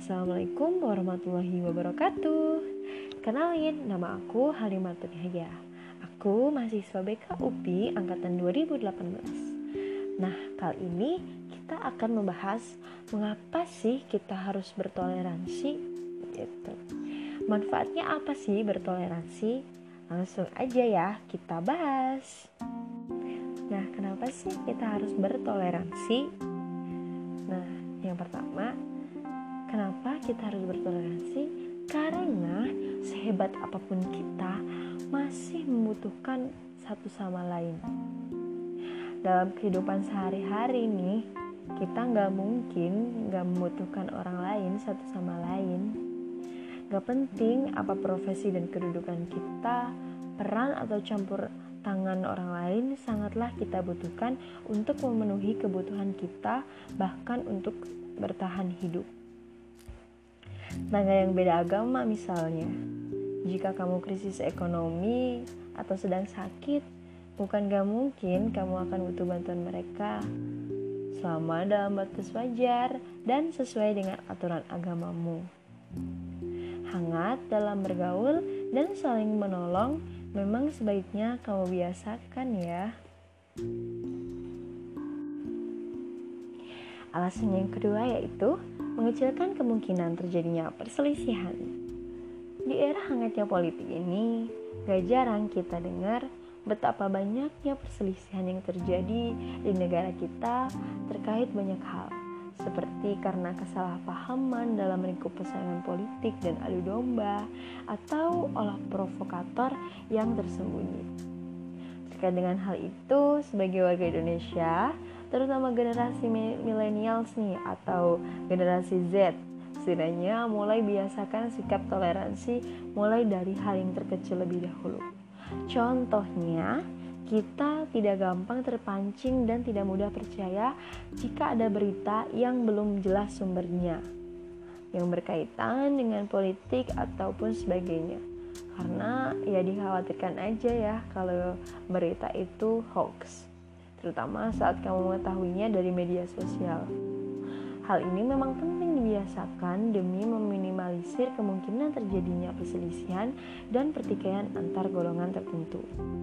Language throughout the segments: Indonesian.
Assalamualaikum warahmatullahi wabarakatuh. Kenalin, nama aku Halimatun Yahya. Aku mahasiswa BK UPI angkatan 2018. Nah, kali ini kita akan membahas mengapa sih kita harus bertoleransi gitu. Manfaatnya apa sih bertoleransi? Langsung aja ya kita bahas. Nah, kenapa sih kita harus bertoleransi? Nah, yang pertama, kenapa kita harus bertoleransi? Karena sehebat apapun kita masih membutuhkan satu sama lain. Dalam kehidupan sehari-hari nih, kita gak mungkin gak membutuhkan orang lain satu sama lain. Gak penting apa profesi dan kedudukan kita, peran atau campur tangan orang lain sangatlah kita butuhkan untuk memenuhi kebutuhan kita, bahkan untuk bertahan hidup. Tetangga yang beda agama misalnya, jika kamu krisis ekonomi atau sedang sakit, bukan gak mungkin kamu akan butuh bantuan mereka, selama dalam batas wajar dan sesuai dengan aturan agamamu. Hangat dalam bergaul dan saling menolong memang sebaiknya kamu biasakan ya. Alasan yang kedua yaitu mengecilkan kemungkinan terjadinya perselisihan. Di era hangatnya politik ini, gak jarang kita dengar betapa banyaknya perselisihan yang terjadi di negara kita terkait banyak hal, seperti karena kesalahpahaman dalam lingkup persaingan politik dan adu domba, atau olah provokator yang tersembunyi. Terkait dengan hal itu, sebagai warga Indonesia, terutama generasi millennials nih atau generasi Z, setidaknya mulai biasakan sikap toleransi mulai dari hal yang terkecil lebih dahulu. Contohnya, kita tidak gampang terpancing dan tidak mudah percaya jika ada berita yang belum jelas sumbernya, yang berkaitan dengan politik ataupun sebagainya. Karena ya dikhawatirkan aja ya kalau berita itu hoax, terutama saat kamu mengetahuinya dari media sosial. Hal ini memang penting dibiasakan demi meminimalisir kemungkinan terjadinya perselisihan dan pertikaian antar golongan tertentu.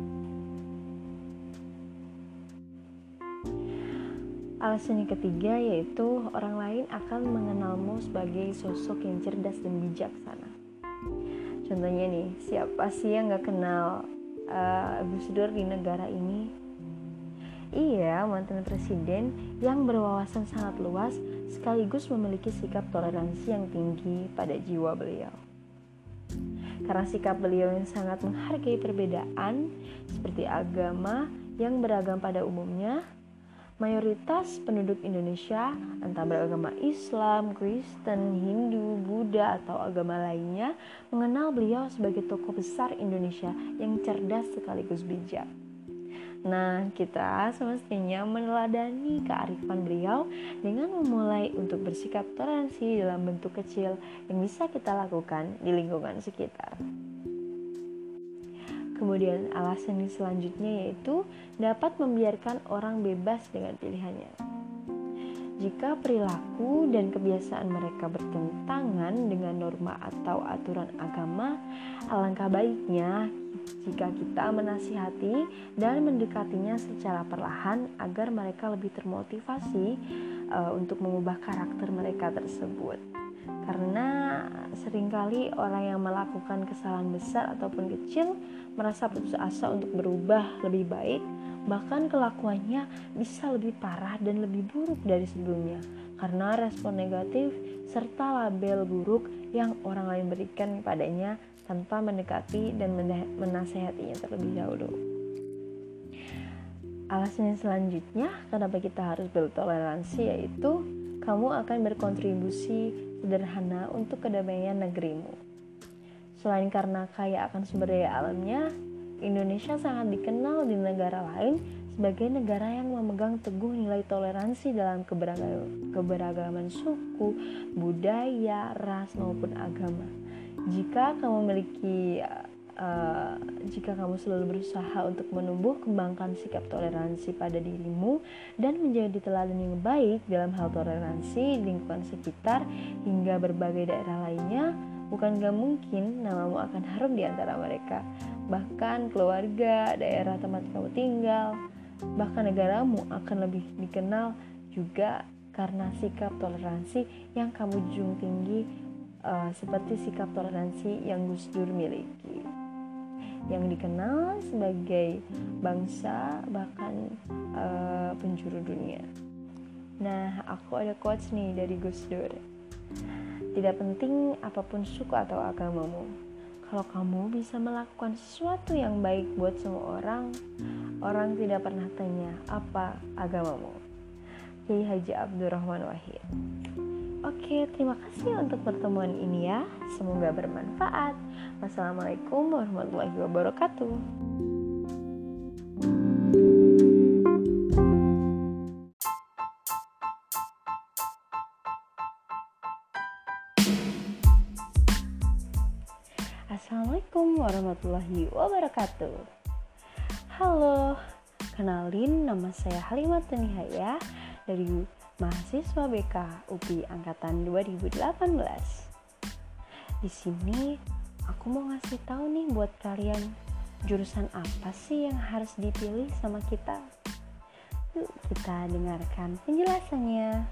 Alasan yang ketiga yaitu orang lain akan mengenalmu sebagai sosok yang cerdas dan bijaksana. Contohnya nih, siapa sih yang gak kenal Gus Dur di negara ini? Iya, mantan presiden yang berwawasan sangat luas sekaligus memiliki sikap toleransi yang tinggi pada jiwa beliau. Karena sikap beliau yang sangat menghargai perbedaan seperti agama yang beragam pada umumnya, mayoritas penduduk Indonesia, entah beragama Islam, Kristen, Hindu, Buddha, atau agama lainnya, mengenal beliau sebagai tokoh besar Indonesia yang cerdas sekaligus bijak. Nah, kita semestinya meneladani kearifan beliau dengan memulai untuk bersikap toleransi dalam bentuk kecil yang bisa kita lakukan di lingkungan sekitar. Kemudian alasan yang selanjutnya yaitu dapat membiarkan orang bebas dengan pilihannya. Jika perilaku dan kebiasaan mereka bertentangan dengan norma atau aturan agama, alangkah baiknya jika kita menasihati dan mendekatinya secara perlahan agar mereka lebih termotivasi untuk mengubah karakter mereka tersebut. Karena seringkali orang yang melakukan kesalahan besar ataupun kecil merasa putus asa untuk berubah lebih baik, bahkan kelakuannya bisa lebih parah dan lebih buruk dari sebelumnya karena respon negatif serta label buruk yang orang lain berikan padanya tanpa mendekati dan menasehatinya terlebih dahulu. Alasan yang selanjutnya kenapa kita harus bertoleransi yaitu kamu akan berkontribusi sederhana untuk kedamaian negerimu. Selain karena kaya akan sumber daya alamnya, Indonesia sangat dikenal di negara lain sebagai negara yang memegang teguh nilai toleransi dalam keberagaman suku, budaya, ras maupun agama. Jika kamu memiliki Jika kamu selalu berusaha untuk menumbuh kembangkan sikap toleransi pada dirimu dan menjadi teladan yang baik dalam hal toleransi lingkungan sekitar hingga berbagai daerah lainnya, bukan gak mungkin namamu akan harum di antara mereka. Bahkan keluarga, daerah tempat kamu tinggal, bahkan negaramu akan lebih dikenal juga karena sikap toleransi yang kamu junjung tinggi, seperti sikap toleransi yang Gus Dur miliki, yang dikenal sebagai bangsa bahkan penjuru dunia. Nah, aku ada quotes nih dari Gus Dur. Tidak penting apapun suku atau agamamu, kalau kamu bisa melakukan sesuatu yang baik buat semua orang, orang tidak pernah tanya apa agamamu. Kiai Haji Abdurrahman Wahid. Oke, terima kasih untuk pertemuan ini ya. Semoga bermanfaat. Wassalamualaikum warahmatullahi wabarakatuh. Assalamualaikum warahmatullahi wabarakatuh. Halo, kenalin, nama saya Halimah Nihaya dari mahasiswa BK UPI angkatan 2018. Di sini aku mau ngasih tahu nih buat kalian, jurusan apa sih yang harus dipilih sama kita? Yuk kita dengarkan penjelasannya.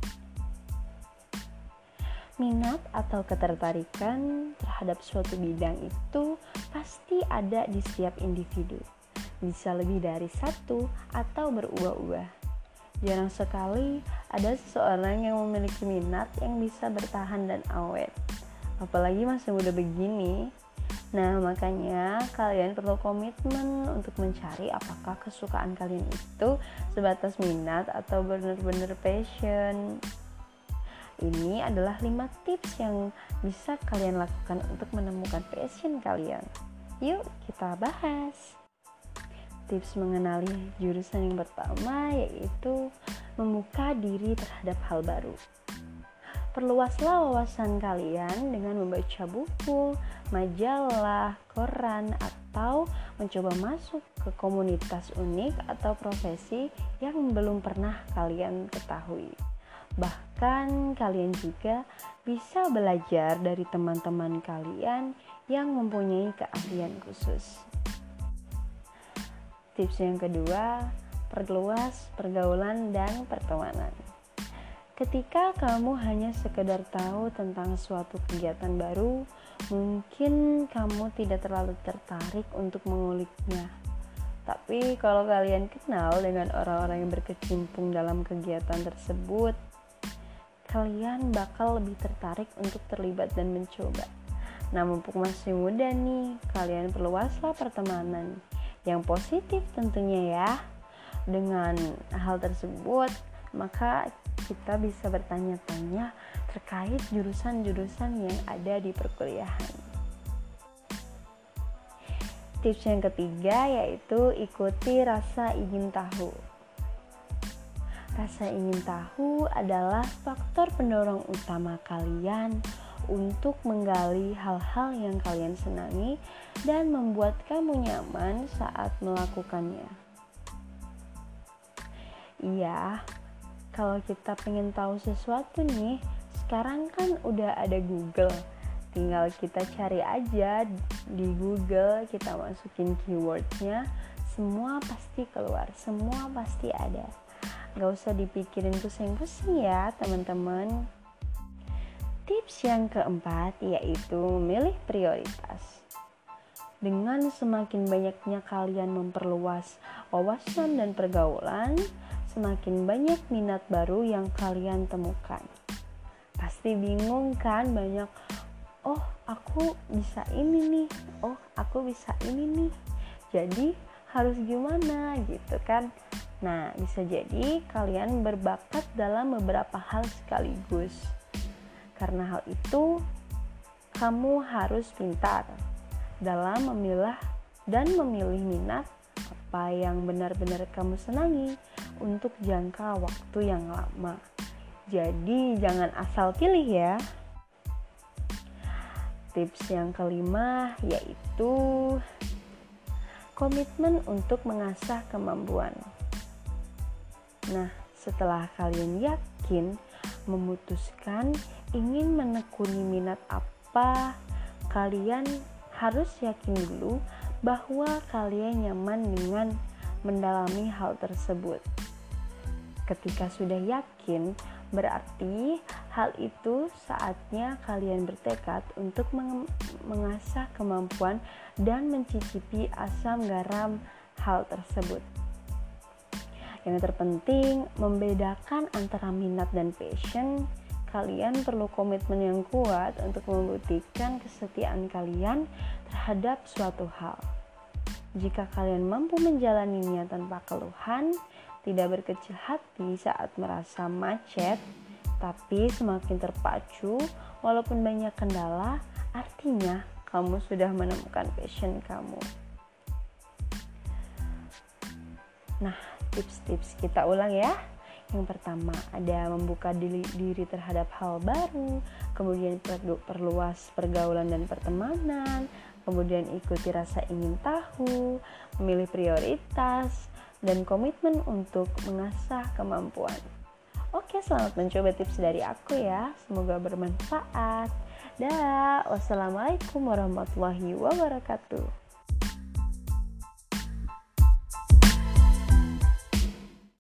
Minat atau ketertarikan terhadap suatu bidang itu pasti ada di setiap individu. Bisa lebih dari satu atau berubah-ubah. Jarang sekali ada seseorang yang memiliki minat yang bisa bertahan dan awet. Apalagi masih muda begini. Nah, makanya kalian perlu komitmen untuk mencari apakah kesukaan kalian itu sebatas minat atau benar-benar passion. Ini adalah 5 tips yang bisa kalian lakukan untuk menemukan passion kalian. Yuk kita bahas. Tips mengenali jurusan yang pertama yaitu membuka diri terhadap hal baru. Perluaslah wawasan kalian dengan membaca buku, majalah, koran, atau mencoba masuk ke komunitas unik atau profesi yang belum pernah kalian ketahui. Bahkan kalian juga bisa belajar dari teman-teman kalian yang mempunyai keahlian khusus. Tips yang kedua, perluas pergaulan dan pertemanan. Ketika kamu hanya sekedar tahu tentang suatu kegiatan baru, mungkin kamu tidak terlalu tertarik untuk menguliknya. Tapi kalau kalian kenal dengan orang-orang yang berkecimpung dalam kegiatan tersebut, kalian bakal lebih tertarik untuk terlibat dan mencoba. Nah, mumpung masih muda nih, kalian perluaslah pertemanan yang positif tentunya ya. Dengan hal tersebut, maka kita bisa bertanya-tanya terkait jurusan-jurusan yang ada di perkuliahan. Tips yang ketiga yaitu ikuti rasa ingin tahu. Rasa ingin tahu adalah faktor pendorong utama kalian untuk menggali hal-hal yang kalian senangi dan membuat kamu nyaman saat melakukannya. Iya, kalau kita pengen tahu sesuatu nih, sekarang kan udah ada Google. Tinggal kita cari aja di Google, kita masukin keywordnya, semua pasti keluar, semua pasti ada. Gak usah dipikirin pusing-pusing ya teman-teman. Tips yang keempat yaitu memilih prioritas. Dengan semakin banyaknya kalian memperluas wawasan dan pergaulan, semakin banyak minat baru yang kalian temukan. Pasti bingung kan, banyak, oh aku bisa ini nih, oh aku bisa ini nih, jadi harus gimana gitu kan. Nah, bisa jadi kalian berbakat dalam beberapa hal sekaligus. Karena hal itu, kamu harus pintar dalam memilah dan memilih minat apa yang benar-benar kamu senangi untuk jangka waktu yang lama. Jadi jangan asal pilih ya. Tips yang kelima yaitu komitmen untuk mengasah kemampuan. Nah, setelah kalian yakin, memutuskan ingin menekuni minat apa, kalian harus yakin dulu bahwa kalian nyaman dengan mendalami hal tersebut. Ketika sudah yakin, berarti hal itu saatnya kalian bertekad untuk mengasah kemampuan dan mencicipi asam garam hal tersebut. Yang terpenting, membedakan antara minat dan passion. Kalian perlu komitmen yang kuat untuk membuktikan kesetiaan kalian terhadap suatu hal. Jika kalian mampu menjalaninya tanpa keluhan, tidak berkecil hati saat merasa macet, tapi semakin terpacu walaupun banyak kendala, artinya kamu sudah menemukan passion kamu. Nah, tips-tips kita ulang ya. Yang pertama ada membuka diri terhadap hal baru, kemudian perluas pergaulan dan pertemanan, kemudian ikuti rasa ingin tahu, memilih prioritas, dan komitmen untuk mengasah kemampuan. Oke, selamat mencoba tips dari aku ya. Semoga bermanfaat. Dah, wassalamualaikum warahmatullahi wabarakatuh.